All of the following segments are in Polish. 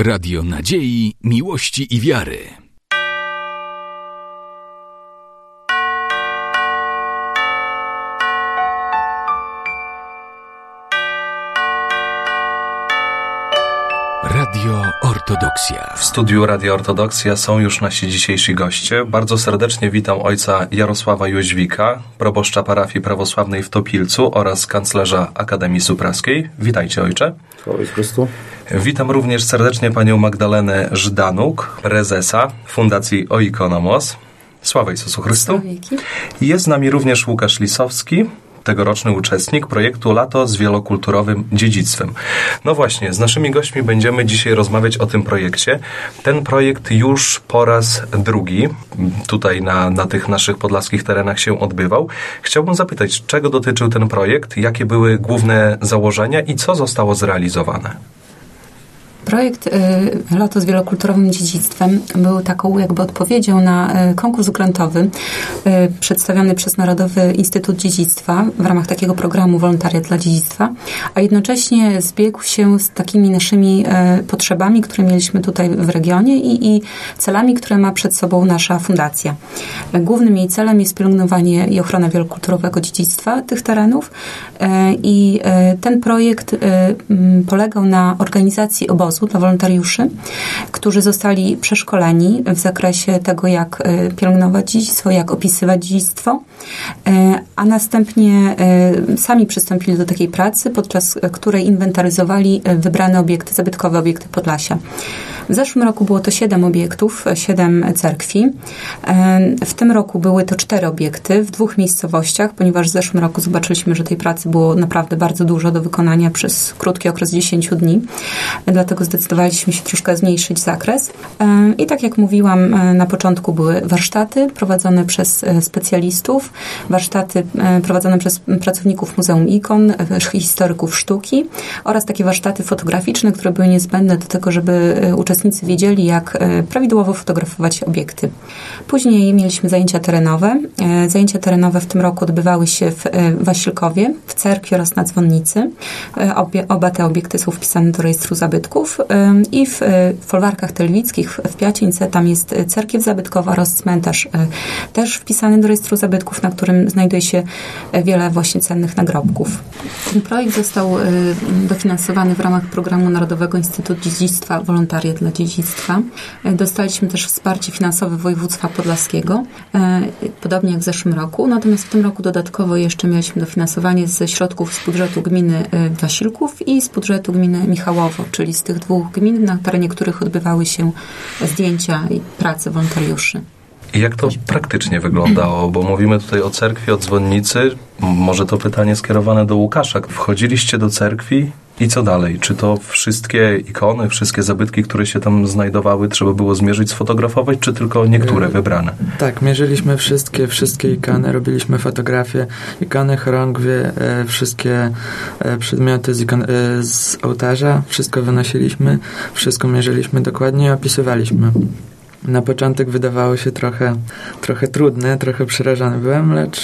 Radio nadziei, miłości i wiary. Radio Ortodoksja. W studiu Radio Ortodoksja są już nasi dzisiejsi goście. Bardzo serdecznie witam ojca Jarosława Jóźwika, proboszcza parafii prawosławnej w Topilcu oraz kanclerza Akademii Supraskiej. Witajcie, ojcze. Chwała Chrystu. Witam również serdecznie panią Magdalenę Żdanuk, prezesa Fundacji Oikonomos. Sława Jezusu Chrystu. Jest z nami również Łukasz Lisowski, tegoroczny uczestnik projektu Lato z wielokulturowym dziedzictwem. No właśnie, z naszymi gośćmi będziemy dzisiaj rozmawiać o tym projekcie. Ten projekt już po raz drugi tutaj na tych naszych podlaskich terenach się odbywał. Chciałbym zapytać, czego dotyczył ten projekt, jakie były główne założenia i co zostało zrealizowane? Projekt Lato z wielokulturowym dziedzictwem był taką jakby odpowiedzią na konkurs grantowy przedstawiony przez Narodowy Instytut Dziedzictwa w ramach takiego programu Wolontariat dla Dziedzictwa, a jednocześnie zbiegł się z takimi naszymi potrzebami, które mieliśmy tutaj w regionie i celami, które ma przed sobą nasza fundacja. Głównym jej celem jest pielęgnowanie i ochrona wielokulturowego dziedzictwa tych terenów i ten projekt polegał na organizacji obozu dla wolontariuszy, którzy zostali przeszkoleni w zakresie tego, jak pielęgnować dziedzictwo, jak opisywać dziedzictwo, a następnie sami przystąpili do takiej pracy, podczas której inwentaryzowali wybrane obiekty, zabytkowe obiekty Podlasia. W zeszłym roku było to 7 obiektów, 7 cerkwi. W tym roku były to 4 obiekty w 2 miejscowościach, ponieważ w zeszłym roku zobaczyliśmy, że tej pracy było naprawdę bardzo dużo do wykonania przez krótki okres 10 dni. Dlatego zdecydowaliśmy się troszkę zmniejszyć zakres. I tak jak mówiłam, na początku były warsztaty prowadzone przez specjalistów, warsztaty prowadzone przez pracowników Muzeum Ikon, historyków sztuki oraz takie warsztaty fotograficzne, które były niezbędne do tego, żeby uczestnicy wiedzieli, jak prawidłowo fotografować obiekty. Później mieliśmy zajęcia terenowe. Zajęcia terenowe w tym roku odbywały się w Wasilkowie, w cerkwi oraz na dzwonnicy. Oba te obiekty są wpisane do rejestru zabytków i w folwarkach telewickich w Piacińce tam jest cerkiew zabytkowa oraz cmentarz też wpisany do rejestru zabytków, na którym znajduje się wiele właśnie cennych nagrobków. Ten projekt został dofinansowany w ramach programu Narodowego Instytutu Dziedzictwa Wolontariat dla Dziedzictwa. Dostaliśmy też wsparcie finansowe województwa podlaskiego, podobnie jak w zeszłym roku. Natomiast w tym roku dodatkowo jeszcze mieliśmy dofinansowanie ze środków z budżetu gminy Wasilków i z budżetu gminy Michałowo, czyli z tych 2 gmin, na terenie których odbywały się zdjęcia i prace wolontariuszy. I jak to praktycznie wyglądało? Bo mówimy tutaj o cerkwi, o dzwonnicy. Może to pytanie skierowane do Łukasza. Wchodziliście do cerkwi i co dalej? Czy to wszystkie ikony, wszystkie zabytki, które się tam znajdowały, trzeba było zmierzyć, sfotografować, czy tylko niektóre wybrane? Tak, mierzyliśmy wszystkie ikony, robiliśmy fotografie, ikony, chorągwie, wszystkie przedmioty z ołtarza, wszystko wynosiliśmy, wszystko mierzyliśmy dokładnie i opisywaliśmy. Na początek wydawało się trochę trudne, trochę przerażony byłem, lecz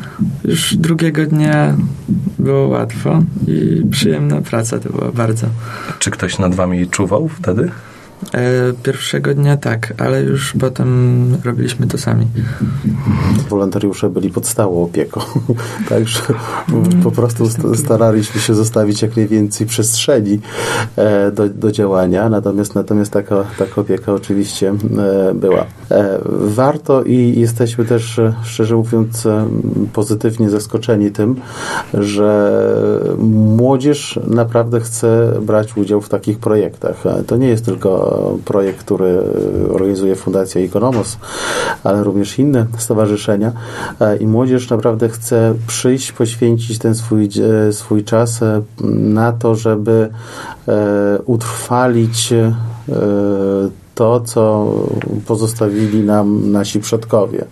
już drugiego dnia było łatwo i przyjemna praca to była bardzo. Czy ktoś nad wami czuwał wtedy? Pierwszego dnia tak, ale już potem robiliśmy to sami. Wolontariusze byli pod stałą opieką, także po prostu staraliśmy się zostawić jak najwięcej przestrzeni do działania, natomiast taka opieka oczywiście była. Warto i jesteśmy też, szczerze mówiąc, pozytywnie zaskoczeni tym, że młodzież naprawdę chce brać udział w takich projektach. To nie jest tylko projekt, który organizuje Fundacja Oikonomos, ale również inne stowarzyszenia i młodzież naprawdę chce przyjść, poświęcić ten swój czas na to, żeby utrwalić to, co pozostawili nam nasi przodkowie.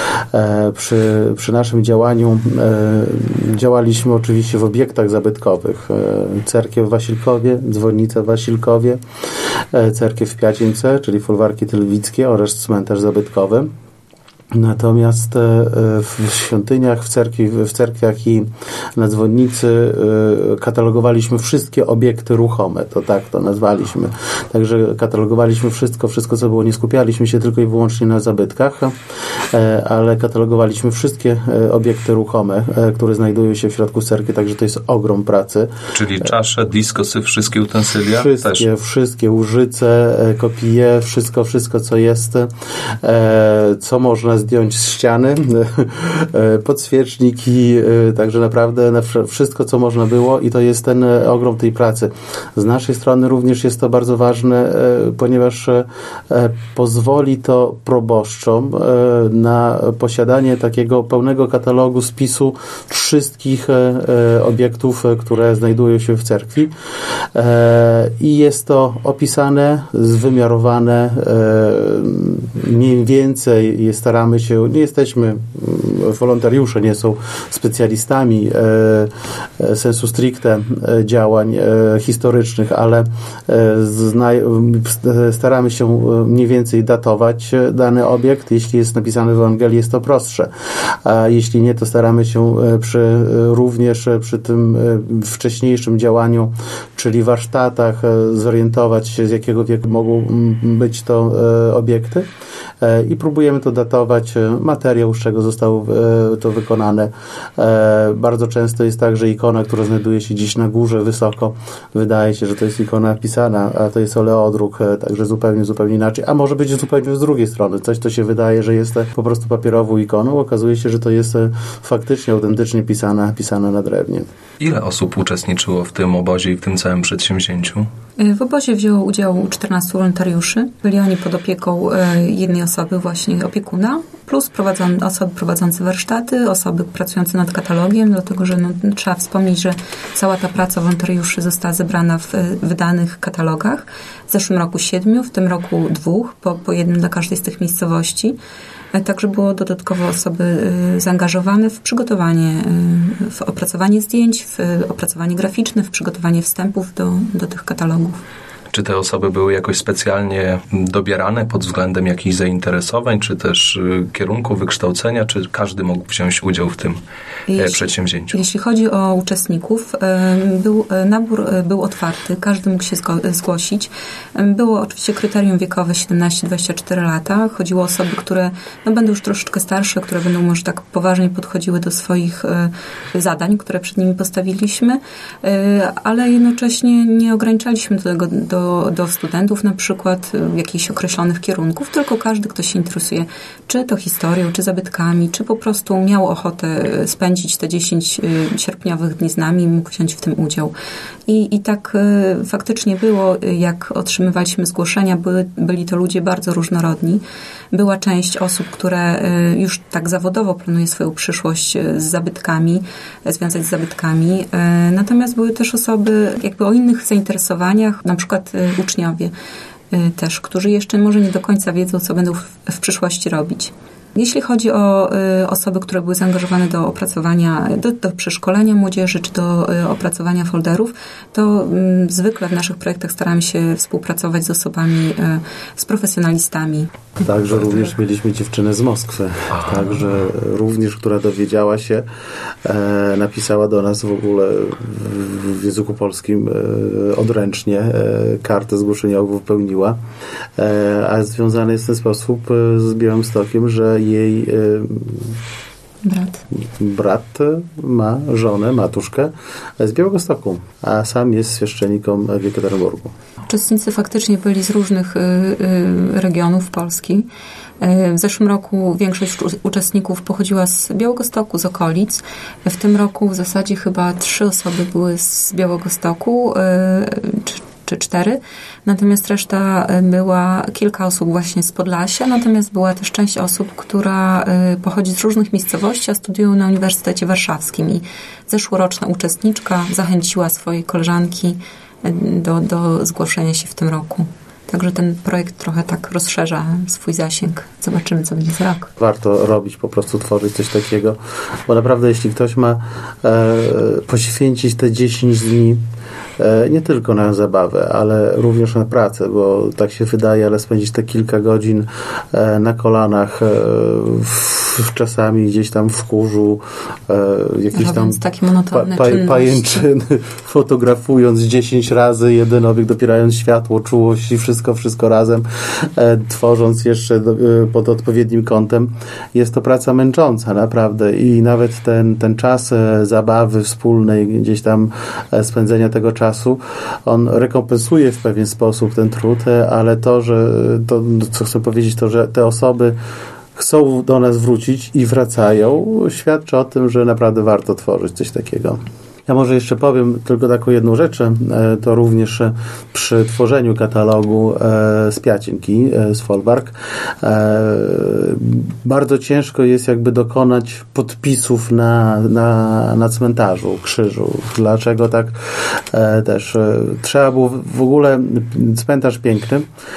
Przy naszym działaniu działaliśmy oczywiście w obiektach zabytkowych. Cerkiew w Wasilkowie, dzwonnica w Wasilkowie, cerkiew w Piacińce, czyli folwarki telewickie oraz cmentarz zabytkowy. Natomiast w świątyniach, w cerkwiach i na dzwonnicy katalogowaliśmy wszystkie obiekty ruchome, to tak to nazwaliśmy. Także katalogowaliśmy wszystko, co było. Nie skupialiśmy się tylko i wyłącznie na zabytkach, ale katalogowaliśmy wszystkie obiekty ruchome, które znajdują się w środku cerkwi, także to jest ogrom pracy. Czyli czasze, diskosy, wszystkie utensylia? Wszystkie łużyce, kopie, wszystko co jest, co można zdjąć z ściany, podświeczniki, także naprawdę wszystko, co można było i to jest ten ogrom tej pracy. Z naszej strony również jest to bardzo ważne, ponieważ pozwoli to proboszczom na posiadanie takiego pełnego katalogu spisu wszystkich obiektów, które znajdują się w cerkwi i jest to opisane, zwymiarowane, mniej więcej staramy się, nie jesteśmy, wolontariusze nie są specjalistami sensu stricte działań historycznych, ale staramy się mniej więcej datować dany obiekt. Jeśli jest napisane w Ewangelii, jest to prostsze. A jeśli nie, to staramy się również przy tym wcześniejszym działaniu, czyli warsztatach, zorientować się, z jakiego wieku mogą być to obiekty i próbujemy to datować, materiał, z czego zostało to wykonane. Bardzo często jest tak, że ikona, która znajduje się gdzieś na górze, wysoko, wydaje się, że to jest ikona pisana, a to jest oleodruk, także zupełnie inaczej. A może być zupełnie z drugiej strony. Coś, co się wydaje, że jest po prostu papierową ikoną, okazuje się, że to jest faktycznie, autentycznie pisana na drewnie. Ile osób uczestniczyło w tym obozie i w tym całym przedsięwzięciu? W obozie wzięło udział 14 wolontariuszy. Byli oni pod opieką jednej osoby, właśnie opiekuna, plus osoby prowadzące warsztaty, osoby pracujące nad katalogiem, dlatego że trzeba wspomnieć, że cała ta praca wolontariuszy została zebrana w wydanych katalogach. W zeszłym roku 7, w tym roku 2, po jednym dla każdej z tych miejscowości. Także było dodatkowo osoby zaangażowane w przygotowanie, w opracowanie zdjęć, w opracowanie graficzne, w przygotowanie wstępów do tych katalogów. Czy te osoby były jakoś specjalnie dobierane pod względem jakichś zainteresowań, czy też kierunku wykształcenia, czy każdy mógł wziąć udział w tym przedsięwzięciu? Jeśli chodzi o uczestników, nabór był otwarty, każdy mógł się zgłosić. Było oczywiście kryterium wiekowe 17-24 lata. Chodziło o osoby, które będą już troszeczkę starsze, które będą może tak poważnie podchodziły do swoich zadań, które przed nimi postawiliśmy, ale jednocześnie nie ograniczaliśmy tego do studentów na przykład jakichś określonych kierunków, tylko każdy, kto się interesuje, czy to historią, czy zabytkami, czy po prostu miał ochotę spędzić te 10 sierpniowych dni z nami, mógł wziąć w tym udział. I tak faktycznie było, jak otrzymywaliśmy zgłoszenia, byli to ludzie bardzo różnorodni. Była część osób, które już tak zawodowo planuje swoją przyszłość z zabytkami, związać z zabytkami. Natomiast były też osoby jakby o innych zainteresowaniach, na przykład uczniowie też, którzy jeszcze może nie do końca wiedzą, co będą w przyszłości robić. Jeśli chodzi o osoby, które były zaangażowane do opracowania, do przeszkolenia młodzieży, czy do opracowania folderów, to zwykle w naszych projektach staramy się współpracować z osobami, z profesjonalistami. Także również mieliśmy dziewczynę z Moskwy, także również, która dowiedziała się, napisała do nas w ogóle w języku polskim odręcznie, kartę zgłoszeniową wypełniła, a związane jest w ten sposób z Białymstokiem, że jej brat ma żonę, matuszkę z Białegostoku, a sam jest świeszczenikiem w Jekaterynburgu. Uczestnicy faktycznie byli z różnych regionów Polski. W zeszłym roku większość uczestników pochodziła z Białegostoku, z okolic. W tym roku w zasadzie chyba 3 osoby były z Białegostoku, czy 4. Natomiast reszta była kilka osób właśnie z Podlasia, natomiast była też część osób, która pochodzi z różnych miejscowości, a studiują na Uniwersytecie Warszawskim. I zeszłoroczna uczestniczka zachęciła swoje koleżanki do zgłoszenia się w tym roku. Także ten projekt trochę tak rozszerza swój zasięg. Zobaczymy, co będzie za rok. Warto robić, po prostu tworzyć coś takiego, bo naprawdę jeśli ktoś ma poświęcić te 10 dni nie tylko na zabawę, ale również na pracę, bo tak się wydaje, ale spędzić te kilka godzin na kolanach, czasami gdzieś tam w kurzu, jakieś tam takie monotonne pajęczyny, fotografując 10 razy jeden obiekt, dopierając światło, czułość i wszystko razem, tworząc jeszcze pod odpowiednim kątem. Jest to praca męcząca, naprawdę. I nawet ten czas zabawy wspólnej, gdzieś tam spędzenia tego czasu, on rekompensuje w pewien sposób ten trud, ale to, co chcę powiedzieć, to, że te osoby chcą do nas wrócić i wracają, świadczy o tym, że naprawdę warto tworzyć coś takiego. Ja może jeszcze powiem tylko taką jedną rzecz, to również przy tworzeniu katalogu z Piacinki, z Folwark, bardzo ciężko jest jakby dokonać podpisów na cmentarzu, krzyżu. Dlaczego tak też? Trzeba było w ogóle, cmentarz piękny,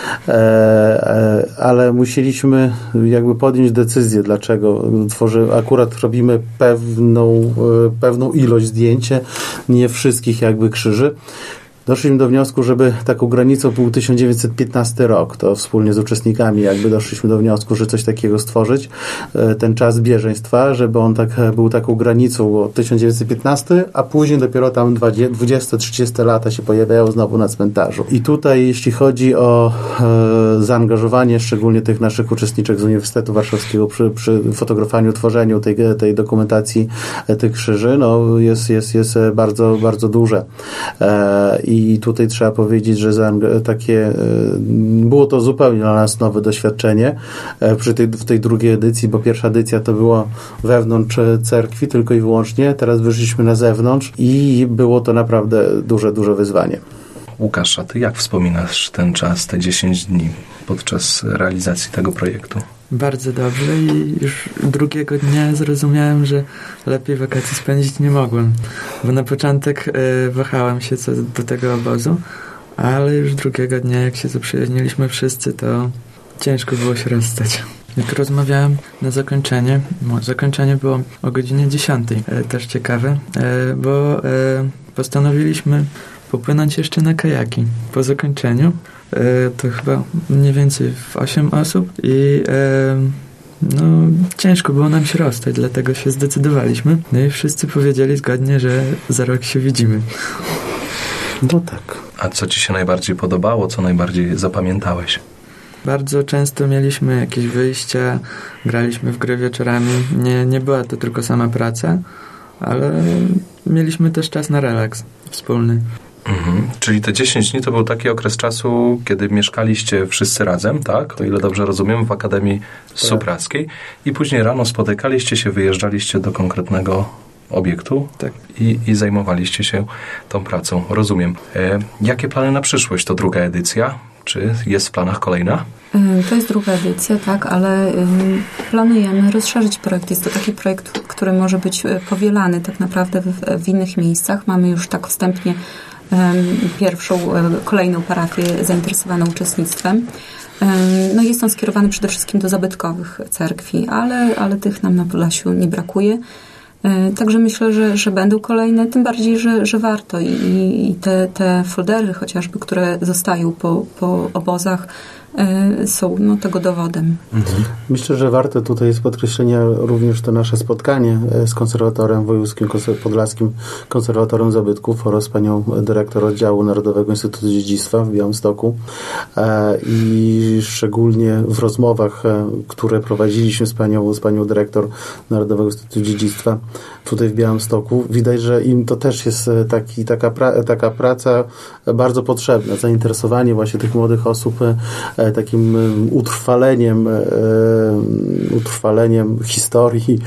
ale musieliśmy jakby podjąć decyzję, dlaczego akurat robimy pewną ilość zdjęć, nie wszystkich jakby krzyży. Doszliśmy do wniosku, żeby taką granicą był 1915 rok. To wspólnie z uczestnikami jakby doszliśmy do wniosku, że coś takiego stworzyć. Ten czas bieżeństwa, żeby on był taką granicą od 1915, a później dopiero tam 20-30 lata się pojawiają znowu na cmentarzu. I tutaj, jeśli chodzi o zaangażowanie szczególnie tych naszych uczestniczek z Uniwersytetu Warszawskiego przy fotografowaniu, tworzeniu tej dokumentacji tych krzyży, no jest bardzo, bardzo duże. I tutaj trzeba powiedzieć, że było to zupełnie dla nas nowe doświadczenie w tej drugiej edycji, bo pierwsza edycja to była wewnątrz cerkwi tylko i wyłącznie. Teraz wyszliśmy na zewnątrz i było to naprawdę duże wyzwanie. Łukasz, a ty jak wspominasz ten czas, te 10 dni podczas realizacji tego projektu? Bardzo dobrze i już drugiego dnia zrozumiałem, że lepiej wakacji spędzić nie mogłem, bo na początek wahałem się co do tego obozu, ale już drugiego dnia, jak się zaprzyjaźniliśmy wszyscy, to ciężko było się rozstać. Jak rozmawiałem na zakończenie, zakończenie było o godzinie 10, też ciekawe, bo postanowiliśmy popłynąć jeszcze na kajaki po zakończeniu. To chyba mniej więcej w 8 osób i ciężko było nam się rozstać, dlatego się zdecydowaliśmy. No i wszyscy powiedzieli zgodnie, że za rok się widzimy. No tak. A co ci się najbardziej podobało? Co najbardziej zapamiętałeś? Bardzo często mieliśmy jakieś wyjścia, graliśmy w gry wieczorami. Nie była to tylko sama praca, ale mieliśmy też czas na relaks wspólny. Czyli te 10 dni to był taki okres czasu, kiedy mieszkaliście wszyscy razem, tak? O ile dobrze rozumiem, w Akademii Suprackiej. I później rano spotykaliście się, wyjeżdżaliście do konkretnego obiektu i zajmowaliście się tą pracą. Rozumiem. Jakie plany na przyszłość? To druga edycja? Czy jest w planach kolejna? To jest druga edycja, tak, ale planujemy rozszerzyć projekt. Jest to taki projekt, który może być powielany tak naprawdę w innych miejscach. Mamy już tak wstępnie kolejną parafię zainteresowaną uczestnictwem. No jest on skierowany przede wszystkim do zabytkowych cerkwi, ale tych nam na Podlasiu nie brakuje. Także myślę, że będą kolejne, tym bardziej, że warto i te foldery chociażby, które zostają po obozach, są tego dowodem. Myślę, że warte tutaj jest podkreślenia również to nasze spotkanie z konserwatorem wojewódzkim, podlaskim konserwatorem zabytków oraz panią dyrektor oddziału Narodowego Instytutu Dziedzictwa w Białymstoku i szczególnie w rozmowach, które prowadziliśmy z panią dyrektor Narodowego Instytutu Dziedzictwa tutaj w Białymstoku, widać, że im to też jest taka praca bardzo potrzebna, zainteresowanie właśnie tych młodych osób takim utrwaleniem historii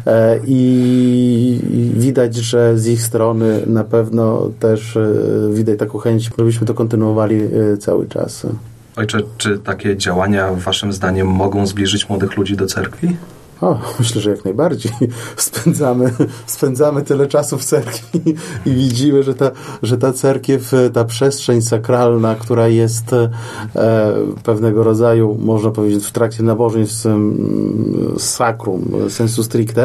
i widać, że z ich strony na pewno też widać taką chęć, żebyśmy to kontynuowali cały czas. Ojcze, czy takie działania waszym zdaniem mogą zbliżyć młodych ludzi do cerkwi? Myślę, że jak najbardziej. Spędzamy tyle czasu w cerkwi i widzimy, że ta cerkiew, ta przestrzeń sakralna, która jest pewnego rodzaju, można powiedzieć, w trakcie nabożeństw sakrum, sensu stricte,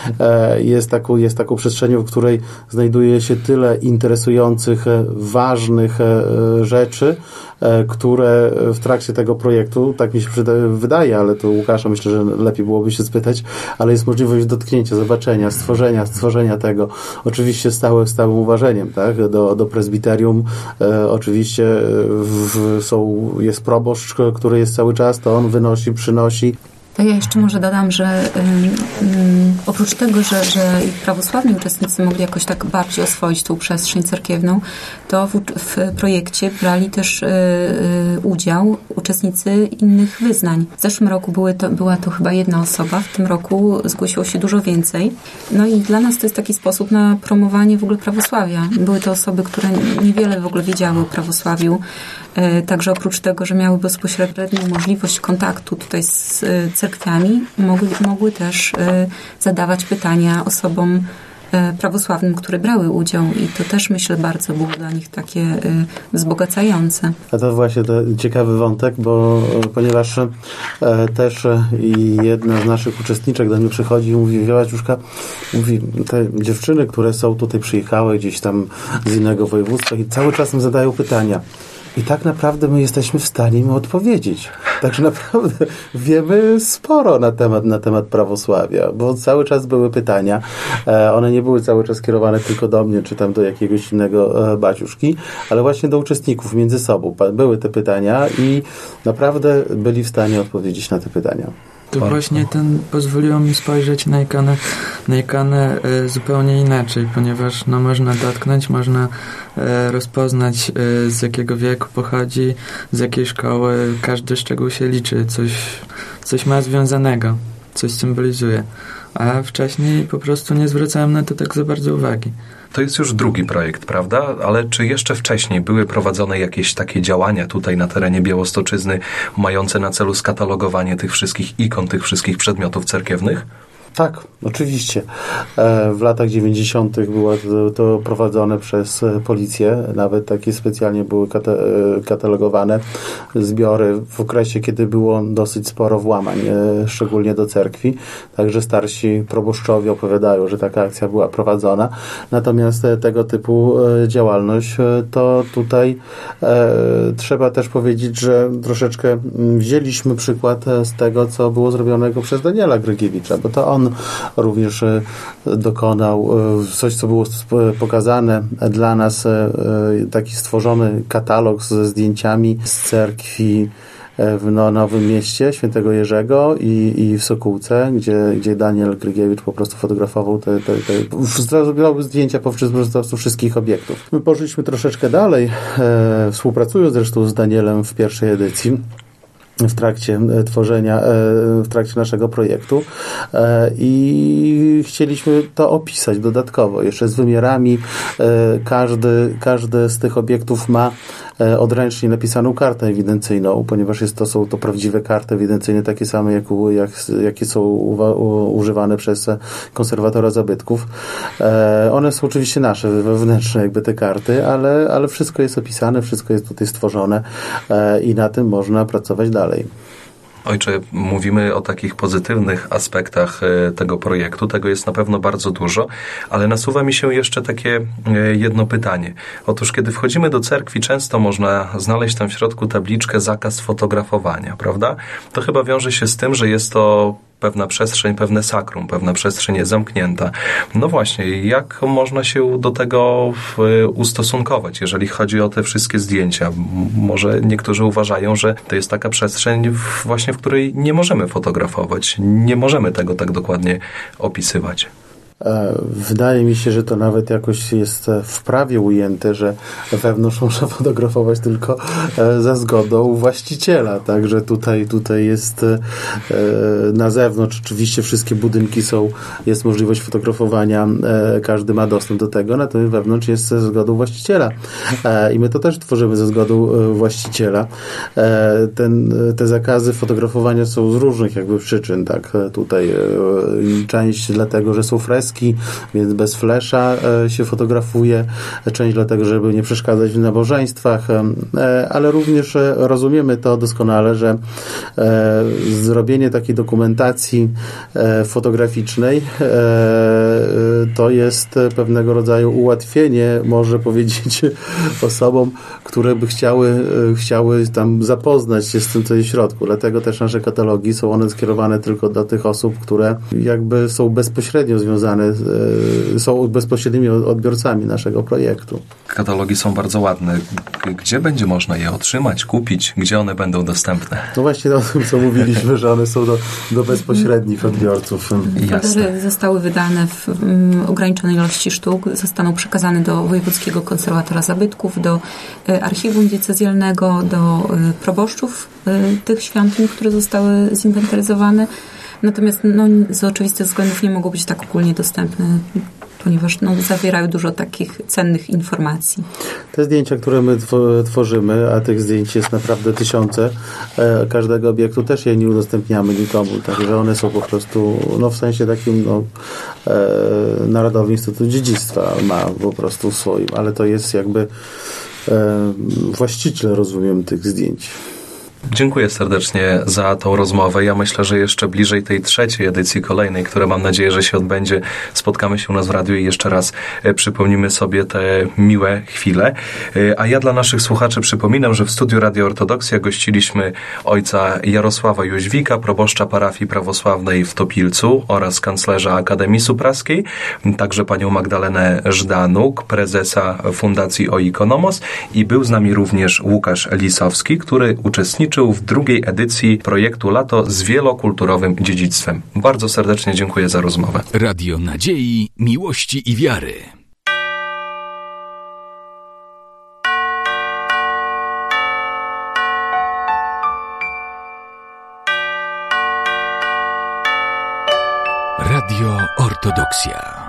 jest taką przestrzenią, w której znajduje się tyle interesujących, ważnych rzeczy, które w trakcie tego projektu, tak mi się wydaje, ale to Łukasza myślę, że lepiej byłoby się spytać, ale jest możliwość dotknięcia, zobaczenia, stworzenia tego. Oczywiście z stałym uważeniem, tak? Do prezbiterium oczywiście jest proboszcz, który jest cały czas, to on wynosi, przynosi. To ja jeszcze może dodam, że oprócz tego, że prawosławni uczestnicy mogli jakoś tak bardziej oswoić tą przestrzeń cerkiewną, to w projekcie brali też udział uczestnicy innych wyznań. W zeszłym roku była to chyba jedna osoba, w tym roku zgłosiło się dużo więcej. No i dla nas to jest taki sposób na promowanie w ogóle prawosławia. Były to osoby, które niewiele w ogóle wiedziały o prawosławiu. Także oprócz tego, że miały bezpośrednią możliwość kontaktu tutaj z cerkwiami, mogły też zadawać pytania osobom prawosławnym, które brały udział i to też myślę bardzo było dla nich takie wzbogacające. A to właśnie ciekawy wątek, ponieważ też jedna z naszych uczestniczek do mnie przychodzi i mówi: Wielaciuszka, te dziewczyny, które są tutaj, przyjechały gdzieś tam z innego województwa i cały czas im zadają pytania. I tak naprawdę my jesteśmy w stanie im odpowiedzieć. Także naprawdę wiemy sporo na temat prawosławia, bo cały czas były pytania. One nie były cały czas kierowane tylko do mnie, czy tam do jakiegoś innego baciuszki, ale właśnie do uczestników między sobą. Były te pytania i naprawdę byli w stanie odpowiedzieć na te pytania. To właśnie pozwoliło mi spojrzeć na ikonę zupełnie inaczej, ponieważ można dotknąć, można rozpoznać, z jakiego wieku pochodzi, z jakiej szkoły, każdy szczegół się liczy, coś ma związanego, coś symbolizuje. A wcześniej po prostu nie zwracałem na to tak za bardzo uwagi. To jest już drugi projekt, prawda? Ale czy jeszcze wcześniej były prowadzone jakieś takie działania tutaj na terenie Białostoczyzny mające na celu skatalogowanie tych wszystkich ikon, tych wszystkich przedmiotów cerkiewnych? Tak, oczywiście. W latach 90. było to prowadzone przez policję. Nawet takie specjalnie były katalogowane zbiory w okresie, kiedy było dosyć sporo włamań, szczególnie do cerkwi. Także starsi proboszczowie opowiadają, że taka akcja była prowadzona. Natomiast tego typu działalność to tutaj trzeba też powiedzieć, że troszeczkę wzięliśmy przykład z tego, co było zrobionego przez Daniela Grygiewicza, bo to on również dokonał coś, co było pokazane dla nas, taki stworzony katalog ze zdjęciami z cerkwi w Nowym Mieście Świętego Jerzego i w Sokółce, gdzie Daniel Grygiewicz po prostu fotografował zrobił zdjęcia po prostu wszystkich obiektów. My poszliśmy troszeczkę dalej, współpracując zresztą z Danielem w pierwszej edycji, w trakcie tworzenia, w trakcie naszego projektu i chcieliśmy to opisać dodatkowo, jeszcze z wymiarami. Każdy z tych obiektów ma odręcznie napisaną kartę ewidencyjną, ponieważ są to prawdziwe karty ewidencyjne, takie same jakie są używane przez konserwatora zabytków. One są oczywiście nasze, wewnętrzne jakby te karty, ale wszystko jest opisane, wszystko jest tutaj stworzone i na tym można pracować dalej. Ojcze, mówimy o takich pozytywnych aspektach tego projektu. Tego jest na pewno bardzo dużo, ale nasuwa mi się jeszcze takie jedno pytanie. Otóż, kiedy wchodzimy do cerkwi, często można znaleźć tam w środku tabliczkę zakaz fotografowania, prawda? To chyba wiąże się z tym, że jest to pewna przestrzeń, pewne sakrum, pewna przestrzeń jest zamknięta. No właśnie, jak można się do tego ustosunkować, jeżeli chodzi o te wszystkie zdjęcia? Może niektórzy uważają, że to jest taka przestrzeń właśnie, w której nie możemy fotografować, nie możemy tego tak dokładnie opisywać. Wydaje mi się, że to nawet jakoś jest w prawie ujęte, że wewnątrz można fotografować tylko za zgodą właściciela. Także tutaj jest na zewnątrz oczywiście wszystkie budynki jest możliwość fotografowania, każdy ma dostęp do tego, natomiast wewnątrz jest ze zgodą właściciela. I my to też tworzymy ze zgodą właściciela. Te zakazy fotografowania są z różnych jakby przyczyn, tak? Tutaj część dlatego, że są freski, więc bez flesza się fotografuje, część dlatego, żeby nie przeszkadzać w nabożeństwach, ale również rozumiemy to doskonale, że zrobienie takiej dokumentacji fotograficznej to jest pewnego rodzaju ułatwienie, może powiedzieć, osobom, które by chciały tam zapoznać się z tym, co jest w środku. Dlatego też nasze katalogi są one skierowane tylko do tych osób, które jakby są bezpośrednio związane, są bezpośrednimi odbiorcami naszego projektu. Katalogi są bardzo ładne. Gdzie będzie można je otrzymać, kupić? Gdzie one będą dostępne? No właśnie o tym, co mówiliśmy, że one są do bezpośrednich odbiorców. Fotory zostały wydane w ograniczonej ilości sztuk, zostaną przekazane do Wojewódzkiego Konserwatora Zabytków, do Archiwum Diecezjalnego, do proboszczów tych świątyń, które zostały zinwentaryzowane. Natomiast z oczywistych względów nie mogą być tak ogólnie dostępne, ponieważ zawierają dużo takich cennych informacji. Te zdjęcia, które my tworzymy, a tych zdjęć jest naprawdę tysiące, każdego obiektu też je nie udostępniamy nikomu, także one są po prostu, w sensie takim, Narodowy Instytut Dziedzictwa ma po prostu w swoim, ale to jest jakby właściciel, rozumiem, tych zdjęć. Dziękuję serdecznie za tą rozmowę. Ja myślę, że jeszcze bliżej tej trzeciej edycji kolejnej, która mam nadzieję, że się odbędzie, spotkamy się u nas w radiu i jeszcze raz przypomnimy sobie te miłe chwile. A ja dla naszych słuchaczy przypominam, że w studiu Radio Ortodoksja gościliśmy ojca Jarosława Jóźwika, proboszcza parafii prawosławnej w Topilcu oraz kanclerza Akademii Supraskiej, także panią Magdalenę Żdanuk, prezesa Fundacji Oikonomos, i był z nami również Łukasz Lisowski, który uczestniczył w drugiej edycji projektu Lato z wielokulturowym dziedzictwem. Bardzo serdecznie dziękuję za rozmowę. Radio Nadziei, Miłości i Wiary. Radio Ortodoksja.